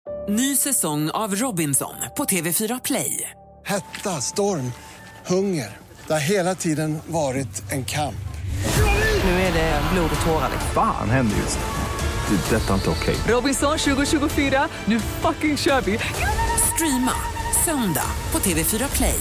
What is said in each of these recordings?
Ny säsong av Robinson på TV4 Play. Hetta, storm, hunger. Det har hela tiden varit en kamp. Nu är det blod och tårar. Fan händer just det. Det är detta inte okej. Robinson 2024, nu fucking kör vi. Streama söndag på TV4 Play.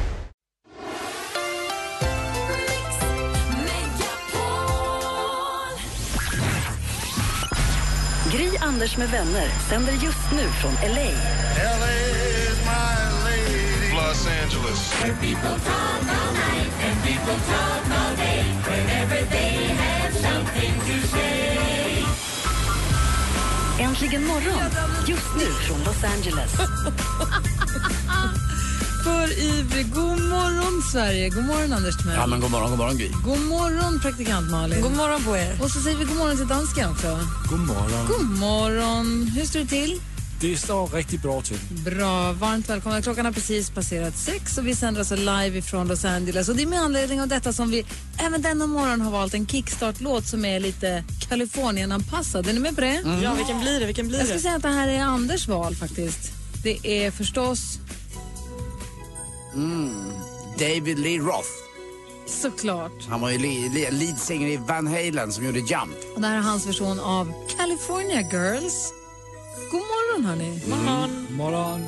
Gry Anders med vänner sänder just nu från LA. LA is my lady. Los Angeles. Where people talk all night and people talk all day. Whenever they have something to say. Äntligen morgon, just nu från Los Angeles. För ivrig, god morgon Sverige, god morgon Anders Timell. Ja men god morgon Gry. God morgon praktikant Malin. God morgon på er. Och så säger vi god morgon till dansken också. God morgon. God morgon, hur står det till? Det står riktigt bra till. Bra, varmt välkomna. Klockan har precis passerat 6 och vi sänder alltså live ifrån Los Angeles. Och det är med anledning av detta som vi även denna morgon har valt en kickstart-låt som är lite Kalifornien-anpassad. Är ni med på det? Mm. Ja, vilken blir det? Jag skulle säga att det här är Anders val faktiskt. Det är förstås... David Lee Roth. Såklart. Han var ju leadsinger i Van Halen som gjorde Jump. Och det här är hans version av California Girls. God morgon hörni. Morgon.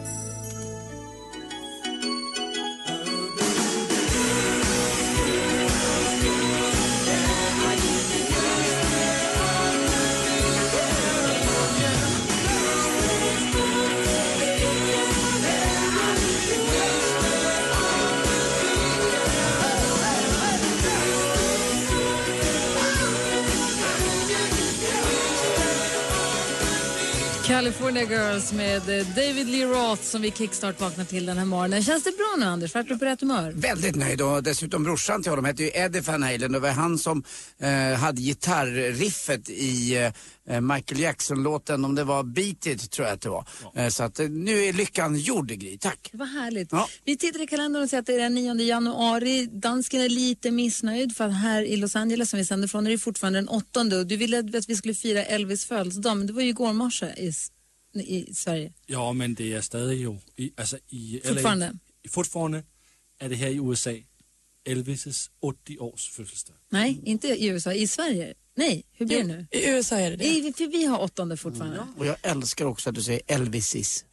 California Girls med David Lee Roth som vi kickstart vaknar till den här morgonen. Känns det bra nu Anders? Vart du på rätt humör? Väldigt nöjd och dessutom brorsan till honom hette ju Eddie Van Halen. Det var han som hade gitarriffet i Michael Jackson-låten, om det var Beat It tror jag att det var. Så att nu är lyckan gjord, Gry. Tack. Det var härligt. Ja. Vi tittar i kalendern och ser att det är den 9 januari. Dansken är lite missnöjd för att här i Los Angeles som vi sänder från är det fortfarande den 8. Du ville att vi skulle fira Elvis födelsedag, men det var ju igår morse i Sverige. Ja, men det är stadig ju i Fortfarande. LA. Fortfarande är det här i USA Elvis' 80-års födelsedag. Nej, inte i USA, i Sverige. Nej, hur blir det nu? I USA är det. För vi har 8 fortfarande. Och jag älskar också att du säger Elvisis.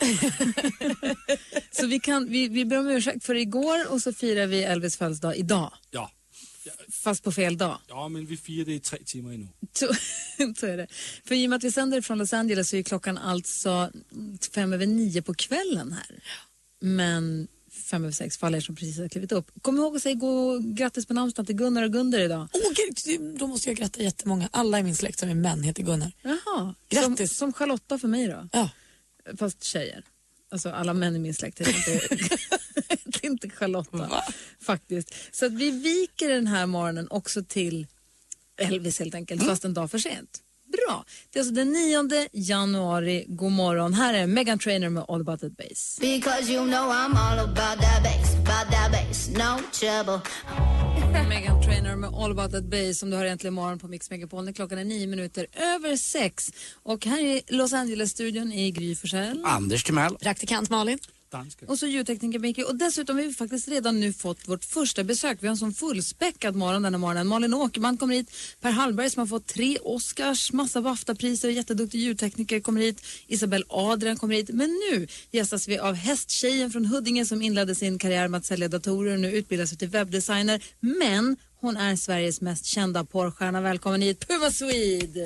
Så vi ber om ursäkt för igår och så firar vi Elvis födelsedag idag. Ja. Fast på fel dag. Ja, men vi firar det i 3 timmar nu. Så är det. För i och med att vi sänder från Los Angeles så är klockan alltså 5:05 på kvällen här. Men 5:06 för alla er som precis har klivit upp. Kom ihåg att säga grattis på namnsdagen till Gunnar och Gunder idag. Då måste jag gratta jättemånga. Alla i min släkt som är män heter Gunnar. Jaha. Grattis. Som Charlotta för mig då. Ja. Fast tjejer. Alltså alla män i min släkt heter inte Charlotta. Va? Faktiskt. Så att vi viker den här morgonen också till Elvis helt enkelt. Fast en dag för sent. Bra. Det är alltså den 9 januari. God morgon. Här är Meghan Trainor med All About That Bass. Because you know I'm all about that bass, no trouble. Meghan Trainor med All About That Bass som du har egentligen imorgon på Mix Megapol. Klockan är 9:09. Och här i Los Angeles-studion i Gry Forssell. Anders Timell. Praktikant Malin. Dansken. Och så ljudtekniker Micke. Och dessutom har vi faktiskt redan nu fått vårt första besök. Vi har en sån fullspäckad morgon denna morgonen. Malin Åkerman kommer hit. Per Hallberg som har fått 3 Oscars, massa BAFTA-priser, jätteduktig ljudtekniker kommer hit. Isabel Adrian kommer hit. Men nu gästas vi av hästtjejen från Huddinge som inledde sin karriär med att sälja datorer och nu utbildar sig till webbdesigner. Men hon är Sveriges mest kända porrstjärna. Välkommen hit, Puma Swede!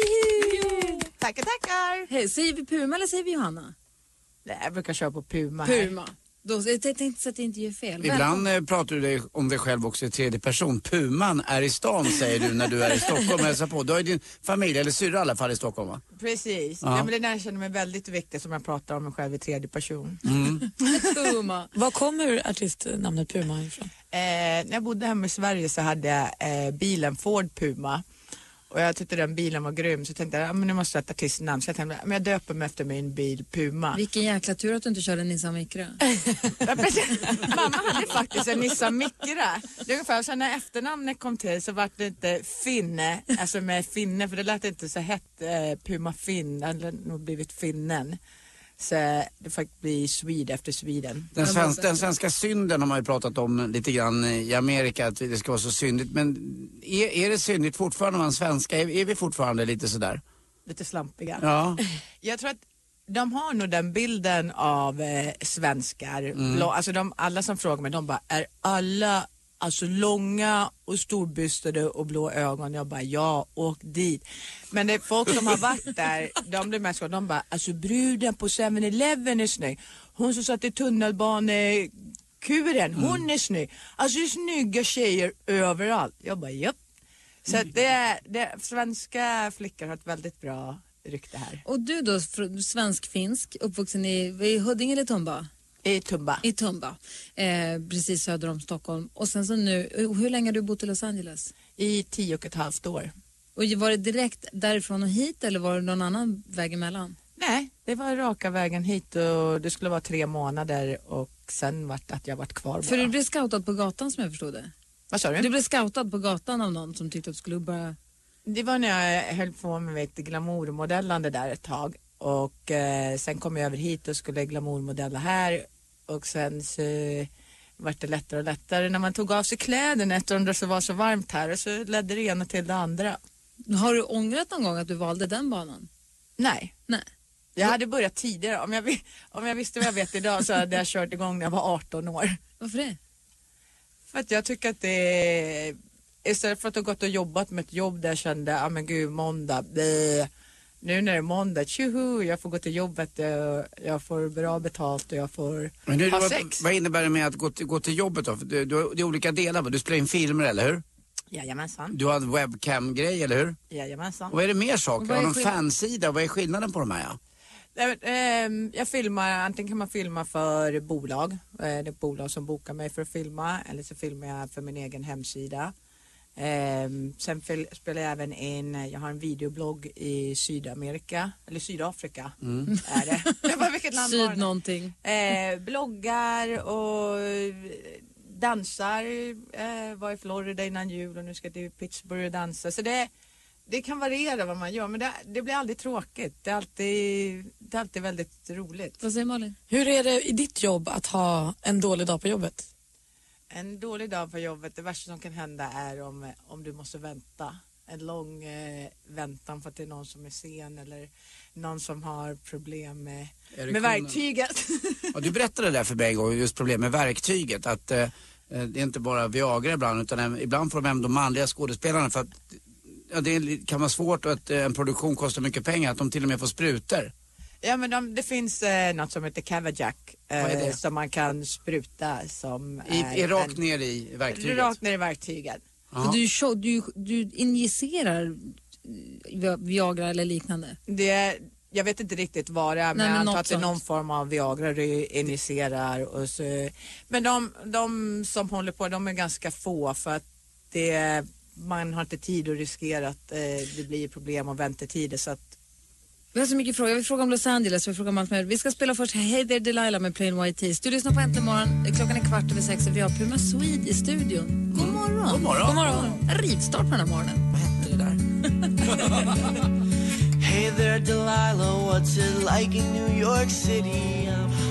Tackar! Hej, säger vi Puma eller säger vi Johanna? Nej, jag brukar köra på Puma. Puma. Då, jag tänkte så att det inte gör fel. Ibland pratar du om dig själv också i tredje person. Puman är i stan, säger du när du är i Stockholm och hälsar på. Du har ju din familj, eller syrra i alla fall, i Stockholm, va? Precis. Ja. Men det är när jag känner mig väldigt viktig som jag pratar om mig själv i tredje person. Puma. Var kommer artistnamnet Puma ifrån? När jag bodde hemma i Sverige så hade jag bilen Ford Puma. Och jag tyckte den bilen var grym, så jag tänkte men nu måste jag sätta artistnamn. Så jag tänkte, men jag döper mig efter min bil Puma. Vilken jäkla tur att du inte körde en Nissan Micra. Mamma hade faktiskt en Nissan Micra. Det är ungefär så när efternamnet kom till så var det inte Finne, alltså med Finne, för det lät inte så hett Puma Finn, det hade nog blivit Finnen. Så det fick bli Swede efter Sweden. Den svenska synden har man ju pratat om lite grann i Amerika, att det ska vara så syndigt. Men är det syndigt fortfarande man svenska? Är vi fortfarande lite sådär? Lite slampiga. Ja. Jag tror att de har nog den bilden av svenskar. Alltså alla som frågar mig, de bara, är alla alltså långa och storbystade och blå ögon? Jag bara, ja, åk dit. Men det är folk som har varit där, de blir mest de bara, alltså bruden på 7-Eleven är snygg. Hon som satt i tunnelbanekuren, hon är snygg. Alltså det är snygga tjejer överallt. Jag bara, japp. Så att svenska flickor har ett väldigt bra rykte här. Och du då, svensk-finsk, uppvuxen i Huddinge eller Tumba? I Tumba. I Tumba, precis söder om Stockholm. Och sen så nu, hur länge har du bott i Los Angeles? I 10,5 år. Och var det direkt därifrån och hit eller var det någon annan väg emellan? Nej, det var raka vägen hit och det skulle vara 3 månader och sen vart att jag vart kvar bara. För du blev scoutad på gatan som jag förstod det. Vad sa du? Du blev scoutad på gatan av någon som tyckte att du skulle börja... Det var när jag höll på med ett glamourmodellande där ett tag. Och sen kom jag över hit och skulle glamourmodella här. Och sen så vart det lättare och lättare när man tog av sig kläderna eftersom det var så varmt här. Och så ledde det ena till det andra. Har du ångrat någon gång att du valde den banan? Nej. Nej. Jag hade börjat tidigare. Om jag visste vad jag vet idag så hade jag kört igång när jag var 18 år. Varför det? För att jag tycker att det är... Istället för att ha gått och jobbat med ett jobb där jag kände, men gud, måndag, bleh. Nu när det är måndag, tjoho, jag får gå till jobbet, jag får bra betalt och jag får ha sex. Vad innebär det med att gå till jobbet då? Det är olika delar, du spelar in filmer, eller hur? Jajamensan. Du har en webcam-grej, eller hur? Jajamensan. Och vad är det mer saker? Har du någon fansida? Vad är skillnaden på de här? Ja? Jag filmar, antingen kan man filma för bolag, det är ett bolag som bokar mig för att filma, eller så filmar jag för min egen hemsida. Sen spelar jag även in, jag har en videoblogg i Sydamerika, eller Sydafrika är det. Jag bara, vilket land var det? någonting. Bloggar och dansar, var i Florida innan jul och nu ska jag till Pittsburgh och dansa. Så det kan variera vad man gör, men det blir aldrig tråkigt. Det är alltid väldigt roligt. Vad säger Malin? Hur är det i ditt jobb att ha en dålig dag på jobbet? En dålig dag på jobbet, det värsta som kan hända är om du måste vänta. En lång väntan för att det är någon som är sen eller någon som har problem med verktyget. Ja, du berättade det där för mig en gång, just problem med verktyget. Att det är inte bara Viagra ibland, utan ibland får de hem de manliga skådespelarna för att det kan vara svårt och att en produktion kostar mycket pengar, att de till och med får sprutor. Ja, men det finns något som heter Cavajack som man kan spruta som är rakt ner i verktyget. Rakt ner i verktyget. Du injicerar Viagra eller liknande? Jag vet inte riktigt vad det är, men jag antar att det är någon form av Viagra du injicerar. Och så. Men de som håller på, de är ganska få för att man har inte tid att riskera att det blir problem och väntetider, så att vi har så mycket frågor. Jag vill fråga om Los Angeles, vi frågar om allt mer. Vi ska spela först Hey There Delilah med Plain White Tees. Du lyssnar på Äntligen morgon. Klockan är 6:15 och vi har Puma Swede i studion. God morgon. God morgon. God morgon. En rivstart på den här morgonen. Vad hette det där? Hey there Delilah, what's it like in New York City?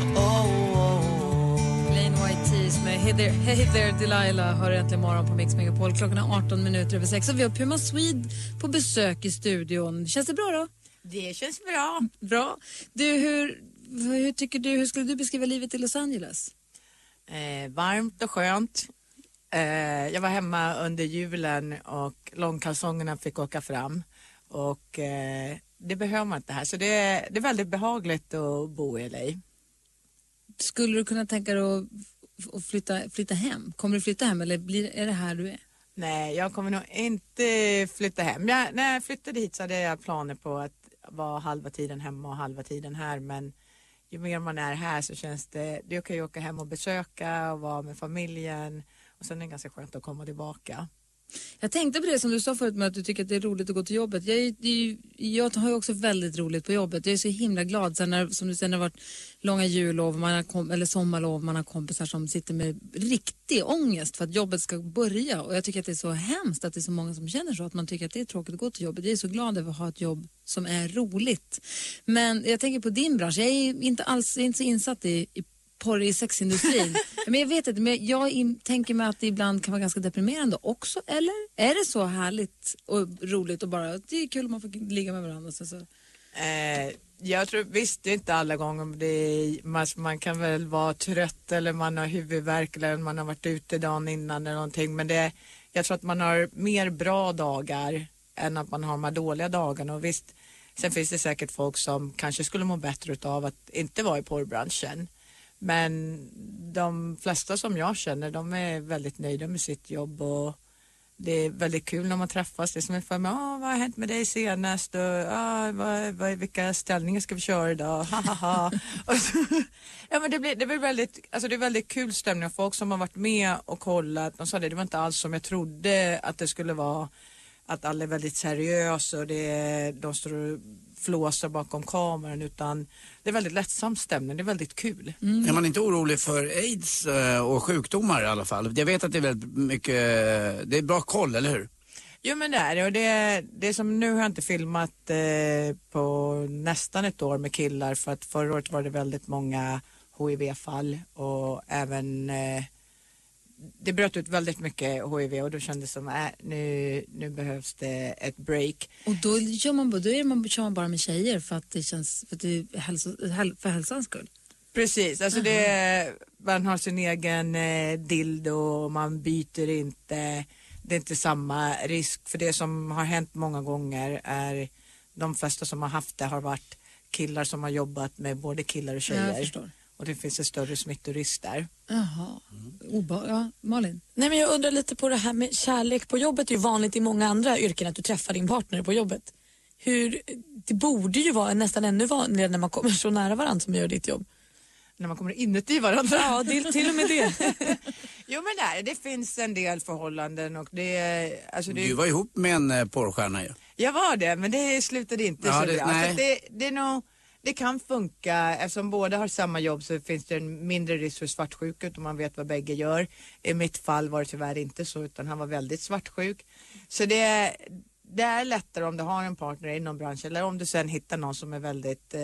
Plain White Tees med Hey There Delilah hör Äntligen morgon på Mix Megapol. Klockan är 18:06 och vi har Puma Swede på besök i studion. Känns det bra då? det känns bra. Bra. Du, hur skulle du beskriva livet i Los Angeles? Varmt och skönt. Jag var hemma under julen och långkalsongerna fick åka fram. Och det behöver man inte här. Så det är väldigt behagligt att bo i LA. Skulle du kunna tänka dig att flytta hem? Kommer du flytta hem eller är det här du är? Nej, jag kommer nog inte flytta hem. När jag flyttade hit så hade jag planer på att vara halva tiden hemma och halva tiden här. Men ju mer man är här så känns det kan ju åka hem och besöka och vara med familjen. Och sen är det ganska skönt att komma tillbaka. Jag tänkte på det som du sa förut med att du tycker att det är roligt att gå till jobbet. Jag har ju också väldigt roligt på jobbet. Jag är så himla glad sen när, som du säger, när det har varit långa jullov eller sommarlov, man har kompisar som sitter med riktig ångest för att jobbet ska börja. Och jag tycker att det är så hemskt att det är så många som känner så, att man tycker att det är tråkigt att gå till jobbet. Jag är så glad över att ha ett jobb som är roligt. Men jag tänker på din bransch. Jag är inte så insatt i porr i sexindustrin. Men jag vet inte, men jag tänker mig att det ibland kan vara ganska deprimerande också, eller? Är det så härligt och roligt och bara, det är kul om man får ligga med varandra? Så. Jag tror visst, det är inte alla gånger man kan väl vara trött eller man har huvudvärk eller man har varit ute dagen innan eller någonting, men jag tror att man har mer bra dagar än att man har de här dåliga dagarna. Och visst, sen finns det säkert folk som kanske skulle må bättre av att inte vara i porrbranschen. Men de flesta som jag känner, de är väldigt nöjda med sitt jobb och det är väldigt kul när man träffas. Det är som är för mig, vad har hänt med dig senast? Och, vilka ställningar ska vi köra idag? Och så, ja, men det blir väldigt, alltså det är väldigt kul stämning. Folk som har varit med och kollat, de sa det var inte alls som jag trodde att det skulle vara. Att alla är väldigt seriösa och de står och flåsar bakom kameran, utan det är väldigt lättsam stämning, det är väldigt kul. Är man inte orolig för AIDS och sjukdomar i alla fall? Jag vet att det är väldigt mycket, det är bra koll, eller hur? Jo, men det är det, och det som nu har jag inte filmat på nästan ett år med killar, för att förra året var det väldigt många HIV-fall och även det bröt ut väldigt mycket HIV och då kändes det som nu behövs det ett break. Och då kör man bara med tjejer för att det känns, för att det är för hälsans skull. Precis, alltså man har sin egen dildo och man byter inte, det är inte samma risk. För det som har hänt många gånger är de flesta som har haft det har varit killar som har jobbat med både killar och tjejer. Ja, jag förstår. Och det finns en större smittorisk där. Jaha. Ja, Malin? Nej, men jag undrar lite på det här med kärlek på jobbet. Det är ju vanligt i många andra yrken att du träffar din partner på jobbet. Det borde ju vara nästan ännu vanligare när man kommer så nära varandra som gör ditt jobb. När man kommer inuti varandra. Ja, det är till och med det. Jo, men det finns en del förhållanden och Du var ihop med en porrstjärna ju. Jag var det, men det slutade inte så bra. Så det är nog, det kan funka, eftersom båda har samma jobb så finns det en mindre risk för svartsjuka utan man vet vad bägge gör. I mitt fall var det tyvärr inte så, utan han var väldigt svartsjuk. Så det är lättare om du har en partner inom branschen, eller om du sen hittar någon som är väldigt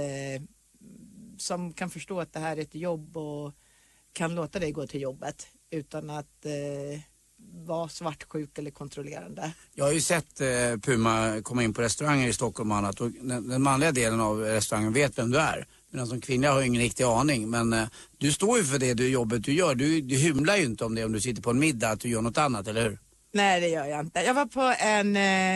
som kan förstå att det här är ett jobb och kan låta dig gå till jobbet utan att vara svartsjuk eller kontrollerande. Jag har ju sett Puma komma in på restauranger i Stockholm och annat, och den manliga delen av restaurangen vet vem du är. Medan som kvinna har ingen riktig aning, men du står ju för det jobbet du gör. Du hymlar ju inte om det om du sitter på en middag att du gör något annat, eller hur? Nej, det gör jag inte. Jag var på en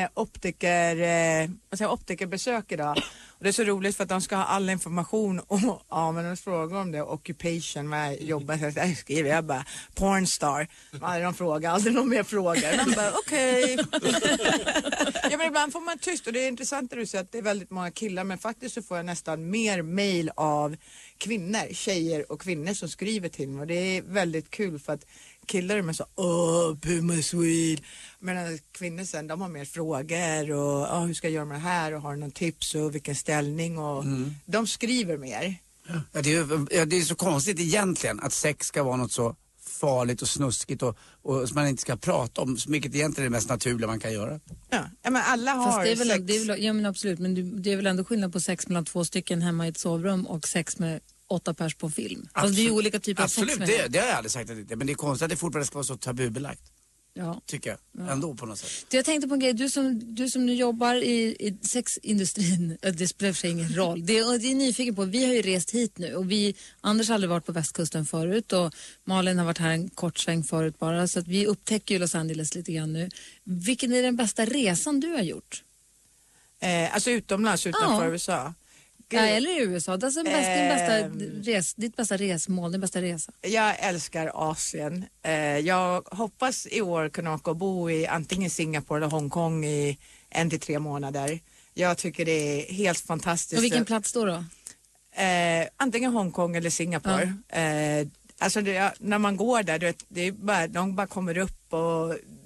optikerbesök idag. Och det är så roligt för att de ska ha all information om men de frågar om det, occupation, vad jag jobbar. Jag skriver, jag bara, pornstar. De frågar, aldrig någon mer frågar. De bara, okej. Ja, men ibland får man tyst, och det är intressant att du säger att det är väldigt många killar, men faktiskt så får jag nästan mer mejl av kvinnor, tjejer och kvinnor som skriver till mig, och det är väldigt kul för att killar är med så, Puma Swede. Medan kvinnor sen, de har mer frågor och hur ska jag göra med det här och har någon tips och vilken ställning och de skriver mer. Ja, det är så konstigt egentligen att sex ska vara något så farligt och snuskigt och som man inte ska prata om, vilket egentligen är det mest naturliga man kan göra. Ja, men alla har fast det är väl, sex. Ja, men absolut, men det är väl ändå skillnad på sex mellan 2 stycken hemma i ett sovrum och sex med 8 pers på film. Alltså det är ju olika typer av sex. Absolut, det har jag aldrig sagt att det är. Men det är konstigt att det fortfarande ska vara så tabubelagt. Ja. Tycker jag. Ändå på något sätt. Jag tänkte på en grej. Du som nu jobbar i sexindustrin, det spelar för sig ingen roll. Det är nyfiken på, vi har ju rest hit nu och Anders har aldrig varit på västkusten förut och Malin har varit här en kort sväng förut bara, så att vi upptäcker ju Los Angeles lite grann nu. Vilken är den bästa resan du har gjort? Alltså utomlands, utanför USA? Ja, eller i USA. Det är ditt bästa resmål, din bästa resa. Jag älskar Asien. Jag hoppas i år kunna åka och bo i antingen Singapore eller Hongkong i 1 till 3 månader. Jag tycker det är helt fantastiskt. Och vilken plats då? Antingen Hongkong eller Singapore. Alltså när man går där, det är bara, de bara kommer upp och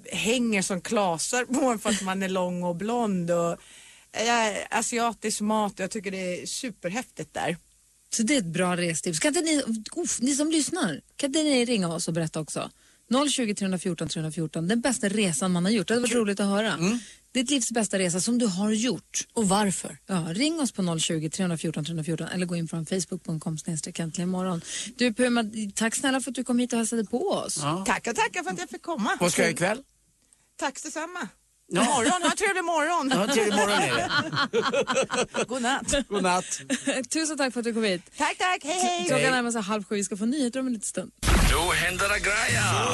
hänger som klasar på en för att man är lång och blond och asiatisk mat. Jag tycker det är superhäftigt där. Så det är ett bra restips. Kan inte ni som lyssnar, kan inte ni ringa oss och berätta också? 020 314 314, den bästa resan man har gjort. Det hade varit roligt att höra. Ditt livs bästa resa som du har gjort. Och varför? Ja, ring oss på 020 314 314 eller gå in från facebook.com/äntligen. Du Puma, tack snälla för att du kom hit och hälsade på oss. Ja. Tackar för att jag fick komma. Vad ska jag ikväll? Tack detsamma. Ja. Morgon, ha en trevlig morgon. Ja, trevlig morgon är det. God natt. Tusen tack för att du kom hit. Tack, hej. Klockan närmar sig 6:30, vi ska få nyheter om en liten stund. Då händer det grejer.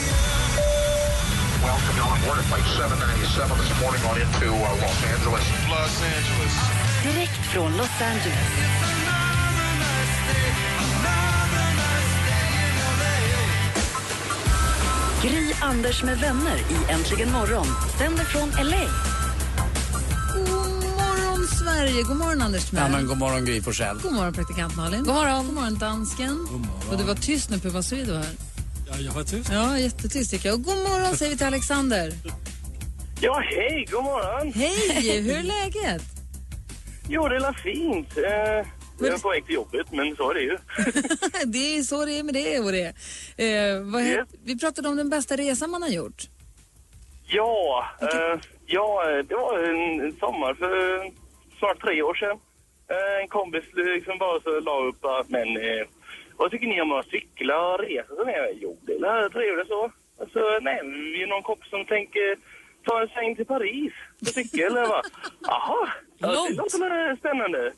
Welcome on board flight 797 this morning on into Los Angeles. Los Angeles. Direkt från Los Angeles. Gry Anders med vänner i Äntligen morgon. Sänder från LA. God morgon Sverige, god morgon Anders Timell. Ja, men god morgon Gry Forssell. God morgon praktikant Malin. God morgon. God morgon dansken. God morgon. Och du var tyst nu på vad så är du här. Ja, jag var tyst. Ja, jättetyst tycker jag. Och god morgon säger vi till Alexander. Ja, hej, god morgon. Hej, hur är läget? Jo, det är fint. Jag är på väg till jobbet, men så är det ju. Det är så det är med det och det. Vi pratade om den bästa resan man har gjort. Ja, det var en sommar för snart 3 år sedan. En kompis liksom bara så la upp att, men vad tycker ni om att cykla och resa? Så nej, jo, det är trevligt så. Alltså, nej, vi är någon kompis som tänker ta en sväng till Paris på cykel, eller va? Jaha, ja, det låter spännande.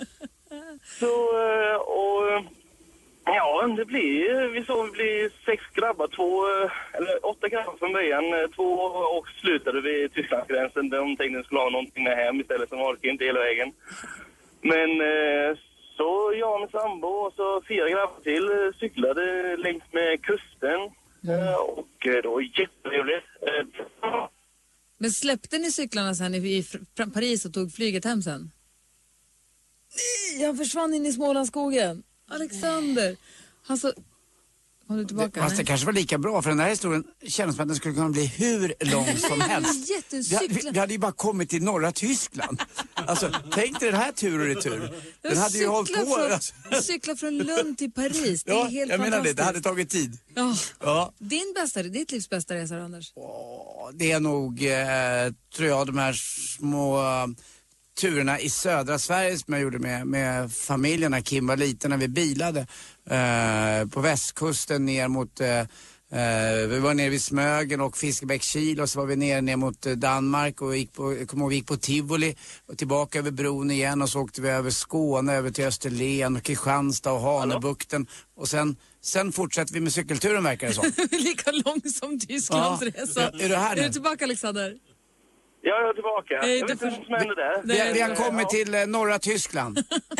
Så, och ja, det blir, vi blir 6 grabbar, 8 grabbar från början, 2 och slutade vid Tysklandsgränsen. De tänkte att de skulle ha någonting med hem istället, som orkade inte hela vägen. Men så jag med sambo och så 4 grabbar till cyklade längs med kusten. Och då var det jätteroligt. Men släppte ni cyklarna sen i Paris och tog flyget hem sen? Nej, han försvann in i Smålandsskogen. Alexander. Alltså, kom du tillbaka? Fast det kanske var lika bra, för den här historien känns som att den skulle kunna bli hur lång som helst. Vi hade ju bara kommit till norra Tyskland. Alltså, tänk dig den här tur och retur. Den hade ju hållit på. Cykla från Lund till Paris. Det är helt jag menar fantastiskt. det hade tagit tid. Ja. Ditt livs bästa resa, Anders? Det är nog, tror jag, de här små turerna i södra Sverige som jag gjorde med familjen när Kim var liten, när vi bilade på västkusten ner mot vi var nere vid Smögen och Fiskebäckskil och så var vi ner mot Danmark och gick på Tivoli och tillbaka över bron igen och så åkte vi över Skåne, över till Österlen och Kristianstad och Hanöbukten och sen fortsätter vi med cykelturen, verkar det som. Lika lång som Tysklands resa. Är du här nu? Är du tillbaka, Alexander? Ja, jag är tillbaka. Jag vet inte vad som händer där. Vi har kommit till norra Tyskland.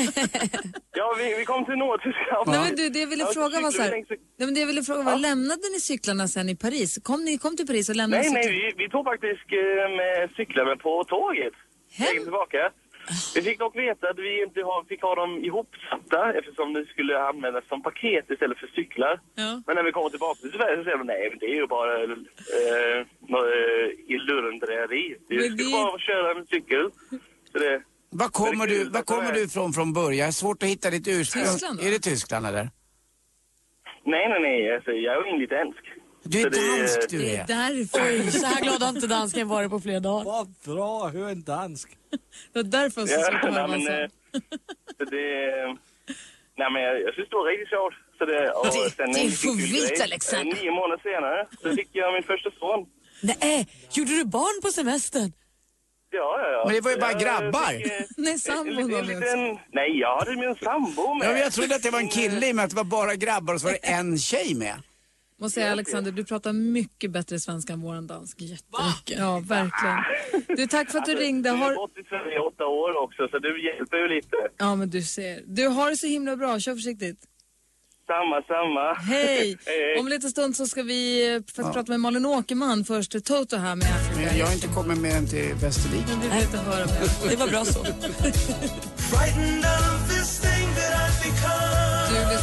Ja, vi kom till norra Tyskland. Nej, men du, det jag ville fråga var så här. Nej, men det jag ville fråga var, lämnade ni cyklarna sen i Paris? Ni kom till Paris och lämnade cyklarna? Nej, vi tog faktiskt med cyklarna på tåget. Hem? Tillbaka. Vi fick dock veta att vi inte fick ha dem ihopsatta eftersom de skulle användas som paket istället för cyklar. Ja. Men när vi kommer tillbaka till Sverige så säger de, nej, det är ju bara i lurendrejeri. Vi skulle bara köra en cykel. Så det, Var kommer du från början? Det är svårt att hitta ditt ursprung. Tyskland, är det Tyskland eller? Nej. Alltså, jag är engelsk. Du är dansk, du är. Det är därför. Så här glad har inte dansken varit på flera dagar. Vad bra, hur en dansk. Det är därför så svårt att höra vad han jag syns det var riktigt svårt. Så det får vita, Alexander. 9 månader senare så fick jag min första son. Nej, gjorde du barn på semestern? Ja. Men det var ju bara grabbar. Nej, sambon var det. Nej, jag hade min sambo med. Ja, jag trodde att det var en kille i med att det var bara grabbar och så var det en tjej med. Måste säga, Alexander, du pratar mycket bättre svenska än våran dansk. Jättemycket. Ja, verkligen. Du, tack för att du ringde. Jag har bott i Sverige i 8 år också, så du hjälper ju lite. Ja, men du ser. Du har det så himla bra. Kör försiktigt. Samma. Hej. Om lite stund så ska vi prata med Malin Åkerman först. Toto här med Afrika. Men jag har inte kommit med den till Västervik. Du vill inte höra med. Det var bra så. Du lyssnar på Äntligen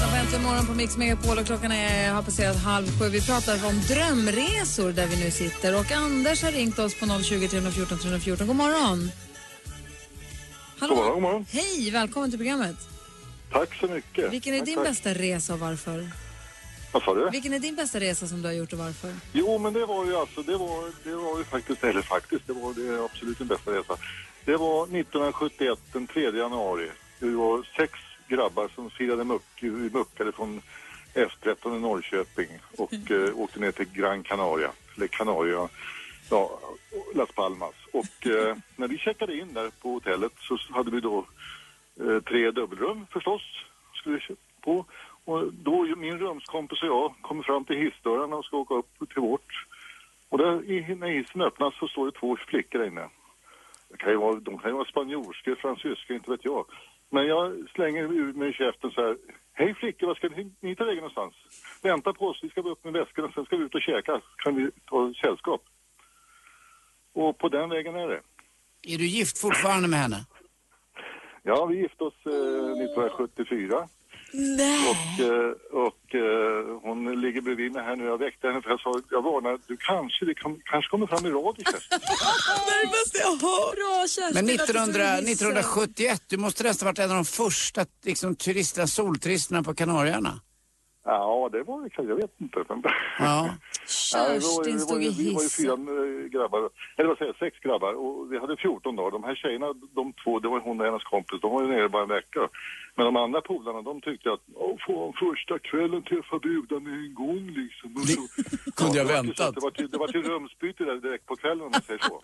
morgon på Mix Megapol och klockan har passerat 6:30. Vi pratar om drömresor där vi nu sitter. Och Anders har ringt oss på 020 314 314. God morgon. Hallå. God morgon. Hej, välkommen till programmet. Tack så mycket. Vilken är din bästa resa och varför? Vad sa du? Vilken är din bästa resa som du har gjort och varför? Jo, men det var ju alltså, det var ju faktiskt, det var det absolut den bästa resan. Det var 1971, den 3 januari. Det var 6 grabbar som firade muckade från F13 i Norrköping och åkte ner till Gran Canaria, eller Canaria, ja, Las Palmas. Och när vi checkade in där på hotellet så hade vi då 3 dubbelrum förstås, skulle vi på. Och då min rumskompis och jag kommer fram till hissdörrarna och ska åka upp till vårt. Och där, när hissen öppnas så står det 2 flickor där inne. De kan ju vara spanjorska, fransyska, inte vet jag. Men jag slänger ur mig i käften så här: hej flickor, vad ska ni ta vägen någonstans? Vänta på oss, vi ska gå upp med väskorna, sen ska vi ut och käka. Kan vi ta sällskap? Och på den vägen är det. Är du gift fortfarande med henne? Ja, vi gifte oss 1974. Nej. Och hon ligger bredvid mig här nu. Jag väckte henne för jag varnar, det kanske kommer fram i radio. Nej, måste jag ha. Bra, Kerstin. Men 1971, du måste nästan varit en av de första liksom, solturisterna på Kanarieöarna. Ja, det var det kanske, jag vet inte. Ja. Kerstin stod i hissen. Vi var ju 4 grabbar, eller vad säger jag, 6 grabbar och vi hade 14 dagar. De här tjejerna, de 2, det var hon och hennes kompis, de var ju nere bara en vecka. Men de andra polarna, de tyckte att få första kvällen träffa bruden en gång liksom. Och så, kunde jag väntat. Det var till rumsbyte där direkt på kvällen om man säger så.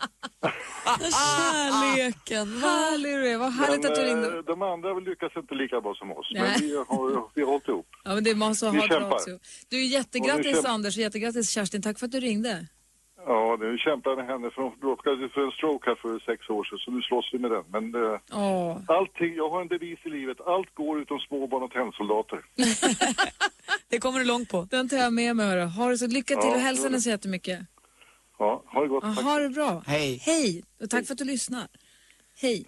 Kärleken. Vad härligt att du ringde. De andra lyckas inte lika bra som oss. Men vi har hållit ihop. Ja, men det måste ha bra också. Du, jättegrattis Anders och jättegrattis Kerstin. Tack för att du ringde. Ja, nu kämpar med henne för hon råkade för en stroke här för 6 år sedan, så nu slåss vi med den. Men allting, jag har en devis i livet, allt går utom småbarn och tennsoldater. Det kommer du långt på. Den tar jag med mig, hörru. Har du så lycka till och hälsa henne så jättemycket. Ja, ha det gott. Ja, ha det bra. Hej. Hej, och tack för att du lyssnar. Hej.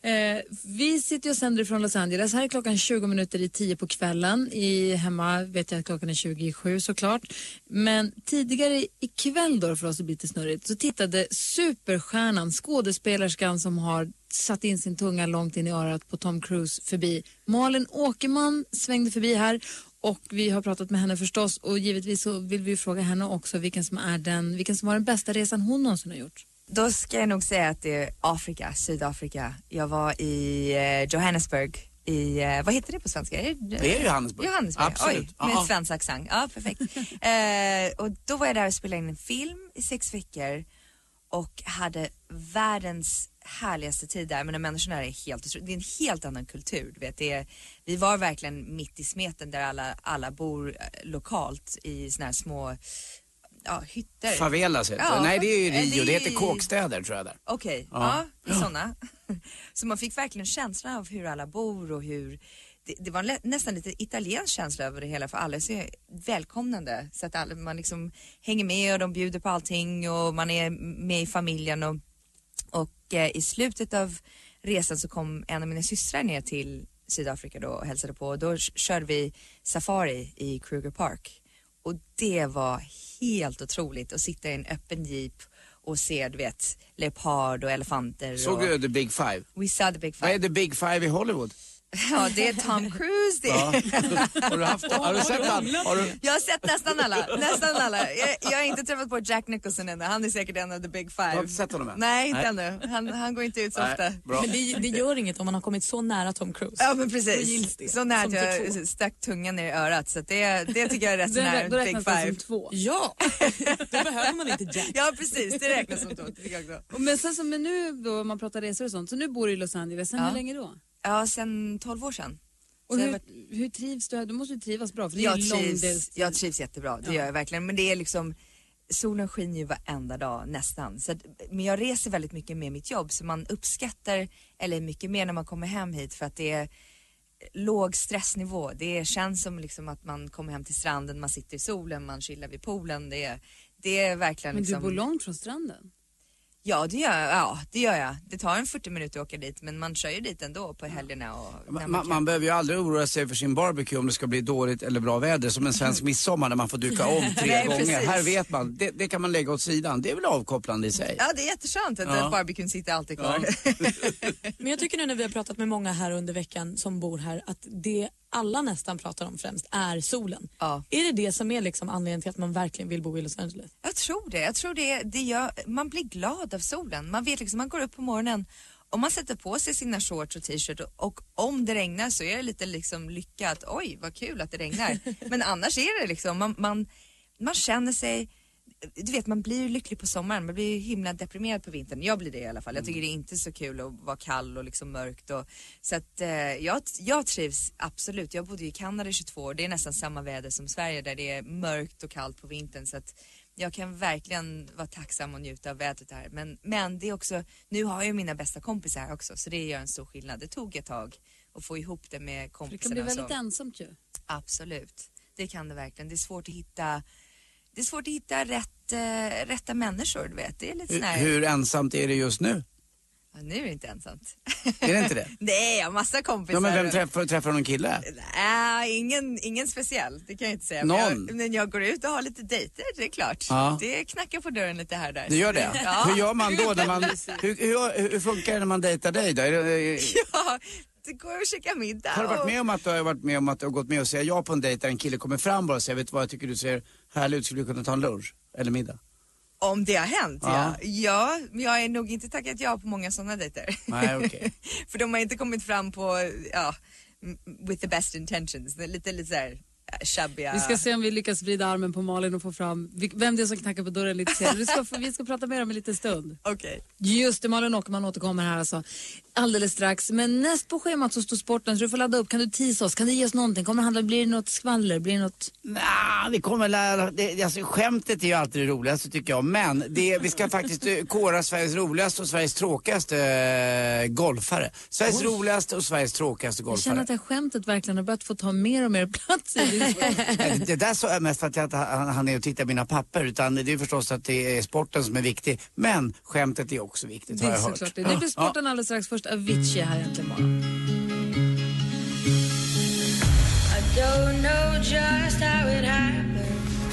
Vi sitter och sänder från Los Angeles. Här är klockan 20:10 på kvällen. Hemma vet jag att klockan är 20:07 såklart. Men tidigare ikväll då, för oss det blir lite snurrigt, så tittade superstjärnan, skådespelerskan som har satt in sin tunga långt in i örat på Tom Cruise förbi. Malin Åkerman svängde förbi här. Och vi har pratat med henne förstås. Och givetvis så vill vi fråga henne också vilken som var den bästa resan hon någonsin har gjort. Då ska jag nog säga att det är Sydafrika. Jag var i Johannesburg vad heter det på svenska? Det är Johannesburg. Absolut. Oj, med svensk accent. Ja, perfekt. Och då var jag där och spelade in en film i 6 veckor och hade världens härligaste tid där. Men de människorna är helt otroligt. Det är en helt annan kultur, du vet. Vi var verkligen mitt i smeten där alla bor lokalt i såna här små hytter. Favelas heter det. Nej, det är ju Rio. Det heter kåkstäder tror jag där. Okej, ja, sådana. Så man fick verkligen känslan av hur alla bor och hur... Det var nästan lite italiensk känsla över det hela, för alla är så välkomnande. Så att man liksom hänger med och de bjuder på allting och man är med i familjen. Och i slutet av resan så kom en av mina systrar ner till Sydafrika då och hälsade på. Och då körde vi safari i Kruger Park. Och det var helt otroligt att sitta i en öppen jeep och se, du vet, leopard och elefanter. Såg du The Big Five? We saw the Big Five. Vad är The Big Five i Hollywood? Ja, det är Tom Cruise det. Ja. Har du sett han? Jag har sett nästan alla. Jag har inte träffat på Jack Nicholson ännu. Han är säkert en av the big five. Du har inte sett honom än? Nej, inte ännu. Han går inte ut så ofta. Men det gör inget om man har kommit så nära Tom Cruise. Ja, men precis. Så nära att jag stack tungan ner i örat. Så det tycker jag är rätt så nära då big five. Som 2. Ja, då behöver man inte Jack. Ja, precis. Det räknas som 2. Men sen som nu då, man pratar resor och sånt. Så nu bor du i Los Angeles. Sen hur länge då? Ja, sen 12 år sedan. Och hur trivs du? Du måste ju trivas bra, för det är jag trivs jättebra, det gör jag verkligen. Men det är liksom, solen skiner ju varenda dag nästan. Så men jag reser väldigt mycket med mitt jobb, så man uppskattar eller mycket mer när man kommer hem hit, för att det är låg stressnivå. Det känns som liksom att man kommer hem till stranden, man sitter i solen, man chillar vid poolen. Det är verkligen men liksom... du bor långt från stranden? Ja, det gör jag. Det tar en 40 minuter att åka dit, men man kör ju dit ändå på helgerna. Och man behöver ju aldrig oroa sig för sin barbecue om det ska bli dåligt eller bra väder, som en svensk midsommar när man får duka om 3 gånger. Precis. Här vet man, det kan man lägga åt sidan. Det är väl avkopplande i sig. Ja, det är jätteskönt att barbecuen sitter alltid kvar. Ja. Men jag tycker nu när vi har pratat med många här under veckan som bor här att det alla nästan pratar om främst är solen. Ja. Är det som är liksom anledningen till att man verkligen vill bo i Los Angeles? Jag tror det gör, man blir glad av solen. Man vet liksom, man går upp på morgonen och man sätter på sig sina shorts och t-shirt och om det regnar så är det lite liksom lycka att oj vad kul att det regnar. Men annars är det liksom, man känner sig, du vet man blir ju lycklig på sommaren, man blir ju himla deprimerad på vintern. Jag blir det i alla fall. Jag tycker det är inte så kul att vara kall och liksom mörkt och, så att jag trivs absolut. Jag bodde i Kanada i 22 år, det är nästan samma väder som Sverige där det är mörkt och kallt på vintern, så att jag kan verkligen vara tacksam och njuta av vädret här. Men det är också, nu har jag mina bästa kompisar här också, så det gör en stor skillnad. Det tog ett tag att få ihop det med kompisarna. Det kan bli väldigt ensamt ju. Absolut, det kan det verkligen. Det är svårt att hitta rätta människor, du vet. Det är lite snarare. Hur ensamt är det just nu? Ja, nu är det inte ensamt. Är det inte det? Nej, jag har massa kompisar. Ja, men vem träffar någon kille? Nej, ingen speciell, det kan jag inte säga. Någon? Men jag går ut och har lite dejter, det är klart. Ja. Det knackar på dörren lite här där. Det gör det? Ja. Hur gör man då? Hur funkar det när man dejtar dig då? Ja, det går att käka middag. Har du varit med om att du har gått med och säga ja på en dejt där en kille kommer fram bara och säger, vet du vad, jag tycker du ser härlig ut, skulle du kunna ta en lunch eller middag? Om det har hänt, ja. Men jag är nog inte tackat ja på många sådana dejter. Nej, okej. För de har inte kommit fram på, with the best intentions. Lite så här shabbiga. Vi ska se om vi lyckas vrida armen på Malin och få fram vem det är som knackar på dörren lite senare. Vi ska prata mer om en liten stund. Okej. Just det, Malin Åkerman återkommer här alltså alldeles strax. Men näst på schemat så står sporten, så du får ladda upp. Kan du teasa oss? Kan du ge oss någonting? Blir det något skvaller? Blir det något? Nej, vi kommer lära. Alltså, skämtet är ju alltid det roligaste tycker jag. Men vi ska faktiskt kora Sveriges roligaste och Sveriges tråkigaste golfare. Sveriges roligaste och Sveriges tråkigaste golfare. Jag känner att det här skämtet verkligen har börjat få ta mer och mer plats i det där så är mest för att jag han är och tittar mina papper, utan det är förstås att det är sporten som är viktig. Men skämtet är också viktigt, det har jag är hört. såklart det. Det blir sporten alldeles strax. Först Avicii här egentligen morgon. I don't know just how it happened.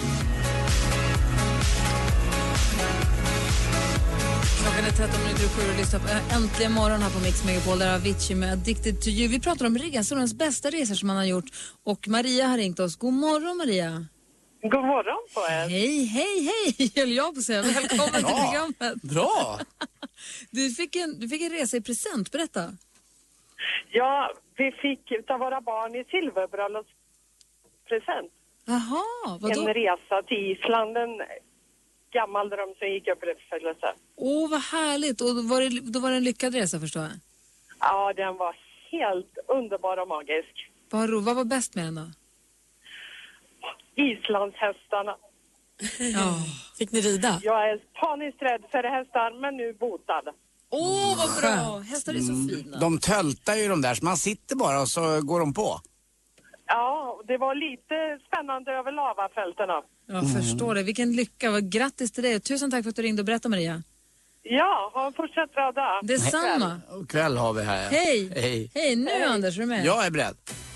Klockan är 13:07 och lyssnar på Äntligen morgon här på Mix Megapol, där Avicii med Addicted to you. Vi pratar om resor, bästa resor som man har gjort. Och Maria har ringt oss. God morgon, Maria. God morgon på er. Hej, höll jag på att säga. Välkommen till programmet. Bra. Du fick en resa i present, berätta. Ja, vi fick utav våra barn i silverbröllopspresent. Jaha, vadå? En resa till Island, en gammal dröm som gick upp i uppfyllelse. Vad härligt. Och då var det en lyckad resa, förstår jag. Ja, den var helt underbar och magisk. Vad var bäst med den då? Islandshästarna. Ja. Fick ni rida? Jag är paniskt rädd för hästar, men nu botad. Vad bra. Hästar är så fina. De töltar ju de där, så man sitter bara och så går de på. Ja, det var lite spännande över lavafälterna. Jag förstår det. Vilken lycka. Grattis till dig. Tusen tack för att du ringde och berättade, Maria. Ja, ha en fortsatt bra dag. Detsamma. Kväll har vi här. Hej. Hej, nu Anders, är du med? Jag är beredd.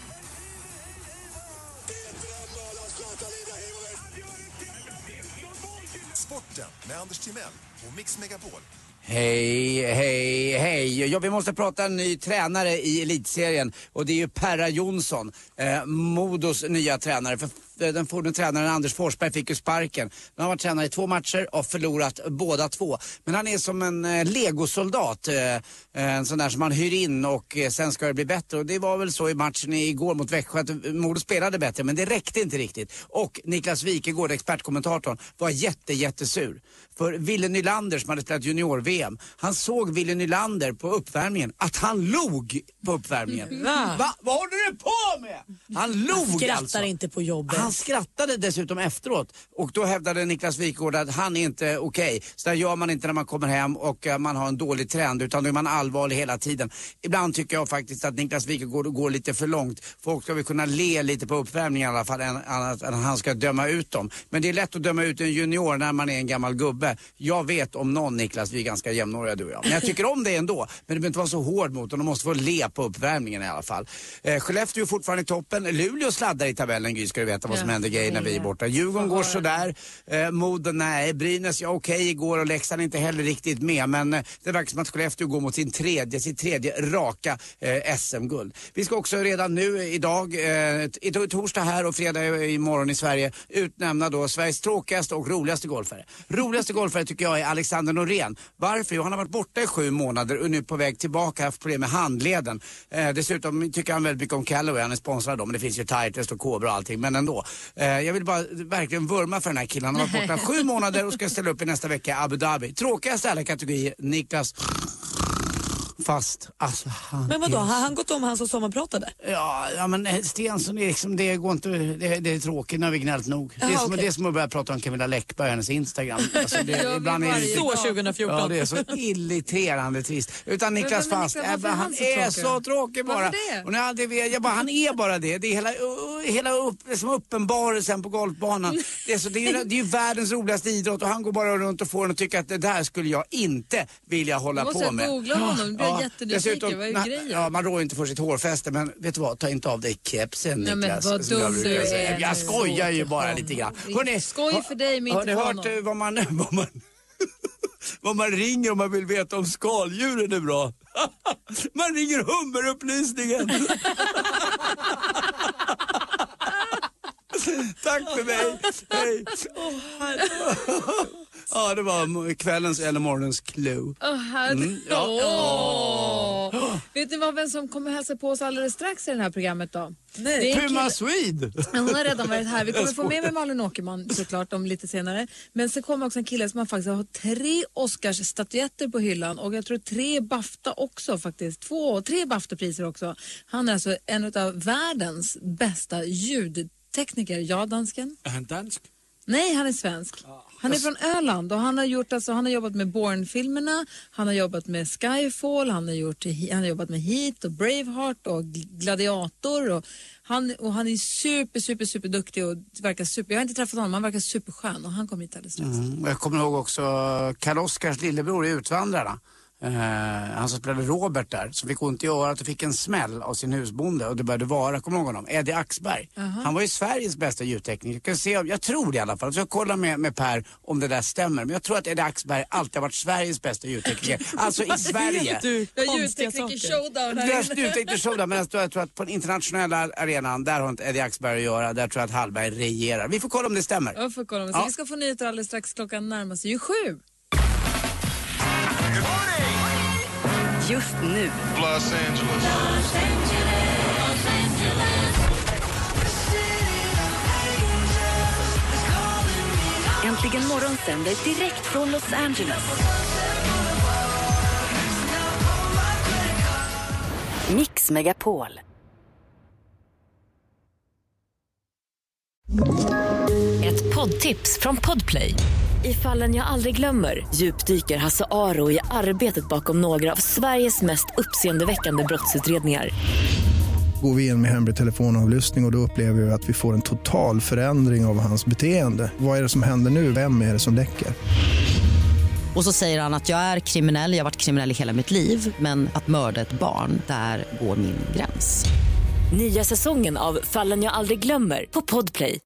Sporten med Anders Timell och Mix Megapol. Hej. Ja, vi måste prata en ny tränare i elitserien och det är ju Perra Jonsson, Modos nya tränare. För den forne tränaren Anders Forsberg fick ju sparken. Han har varit tränare i 2 matcher och förlorat båda 2. Men han är som en legosoldat, en sån där som man hyr in och sen ska det bli bättre. Och det var väl så i matchen igår mot Växjö att Modo spelade bättre, men det räckte inte riktigt. Och Niklas Wikegård, expertkommentatorn, var jättesur. För Ville Nylander som hade spelat junior-VM, han såg Ville Nylander på uppvärmningen att han log på uppvärmningen. Vad håller du på med? Han log Han skrattar alltså. inte på jobbet. Han skrattade dessutom efteråt och då hävdade Niklas Wikegård att han är inte okej. Så där gör man inte när man kommer hem och man har en dålig trend, utan då är man allvarlig hela tiden. Ibland tycker jag faktiskt att Niklas Wikegård går lite för långt. Folk ska väl kunna le lite på uppvärmningen i alla fall än han ska döma ut dem. Men det är lätt att döma ut en junior när man är en gammal gubbe. Jag vet om någon, Niklas, vi är ganska ganska jämnåriga du och jag. Men jag tycker om det ändå. Men det behöver inte vara så hård mot dem. De måste få le på uppvärmningen i alla fall. Skellefteå är fortfarande i toppen. Luleå sladdar i tabellen, Gry, ska du veta vad som händer grejer när vi är borta. Djurgården går sådär. Moden, nej. Brynäs, okej, igår och Leksand inte heller riktigt med. Men det verkar som att Skellefteå går mot sitt tredje raka SM-guld. Vi ska också redan nu idag, torsdag här och fredag imorgon i Sverige, utnämna då Sveriges tråkigaste och roligaste golfare. Roligaste golfare tycker jag är Alexander Norén. Varför? Jo, han har varit borta i 7 månader och nu på väg tillbaka, haft problem med handleden. Dessutom tycker han väldigt mycket om Callaway, han är sponsrad då, men det finns ju Titleist och Cobra och allting, men ändå. Jag vill bara verkligen vurma för den här killen. Han har varit borta 7 månader och ska ställa upp i nästa vecka i Abu Dhabi. Tråkigaste alla kategorier, Niklas Fast. Alltså, men vadå, har han gått om han som sommarpratade? Ja, men Stensson är liksom, det går inte, det är tråkigt när vi gnällt nog. Det är som att börja prata om Camilla Läckberg, hennes Instagram. Alltså, ibland är det så 2014. Ja, det är så irriterande trist. Utan Niklas Fast, han är så tråkig bara. Och han är bara det. Det är hela som uppenbarelsen på golfbanan. Det är ju världens roligaste idrott och han går bara runt och får och tycker att det där skulle jag inte vilja hålla på med. Googla honom. Dessutom, vad är grejen? Ja, man rår inte för sitt hårfäste, men vet du vad, ta inte av dig kepsen, Niklas. Men vad dum du är. Jag skojar ju bara lite grann. Hörrni, skoj för dig, men inte för honom. Har ni hört vad man ringer om man vill veta om skaldjuren är bra? Man ringer hummerupplysningen. Tack för mig. Hej. Ja, det var kvällens eller morgonens clue. Vet ni vem som kommer hälsa på oss alldeles strax i det här programmet då? Nej. Puma Swede. Hon har redan varit här. Vi kommer få med Malin Åkerman såklart om lite senare. Men så kommer också en kille som har faktiskt har 3 Oscars-statyetter på hyllan. Och jag tror 3 BAFTA också faktiskt. 3 BAFTA-priser också. Han är alltså en av världens bästa ljudtekniker. Ja, dansken? Är han dansk? Nej, han är svensk. Han är från Öland och han har jobbat med Bourne-filmerna, han har jobbat med Skyfall, han har jobbat med Heat och Braveheart och Gladiator och han är super duktig och verkar super. Jag har inte träffat honom, han verkar superskön och han kommer hit alldeles strax. Jag kommer ihåg också Karl Oskars lillebror i Utvandrarna. Han som spelade Robert där, som fick ont i örat och fick en smäll av sin husbonde och det började vara, kommer någon honom, Eddie Axberg. Han var ju Sveriges bästa ljudtekniker. Jag tror det i alla fall, så jag kollar med Per om det där stämmer, men jag tror att Eddie Axberg alltid har varit Sveriges bästa ljudtekniker. Alltså i Sverige. Ljudtekniker showdown, men jag tror att på den internationella arenan, där har inte Eddie Axberg att göra, där tror jag att Hallberg regerar. Vi får kolla om det stämmer. Jag får kolla om det. Så vi ska få nyheter alldeles strax, klockan närmar sig ju 7. Just nu. Los Angeles. Äntligen morgon sänder direkt från Los Angeles. Mix Megapol. Ett poddtips från Podplay. I Fallen jag aldrig glömmer djupdyker Hasse Aro i arbetet bakom några av Sveriges mest uppseendeväckande brottsutredningar. Går vi in med hemlig telefonavlyssning och då upplever vi att vi får en total förändring av hans beteende. Vad är det som händer nu? Vem är det som läcker? Och så säger han att jag är kriminell, jag har varit kriminell i hela mitt liv. Men att mörda ett barn, där går min gräns. Nya säsongen av Fallen jag aldrig glömmer på Podplay.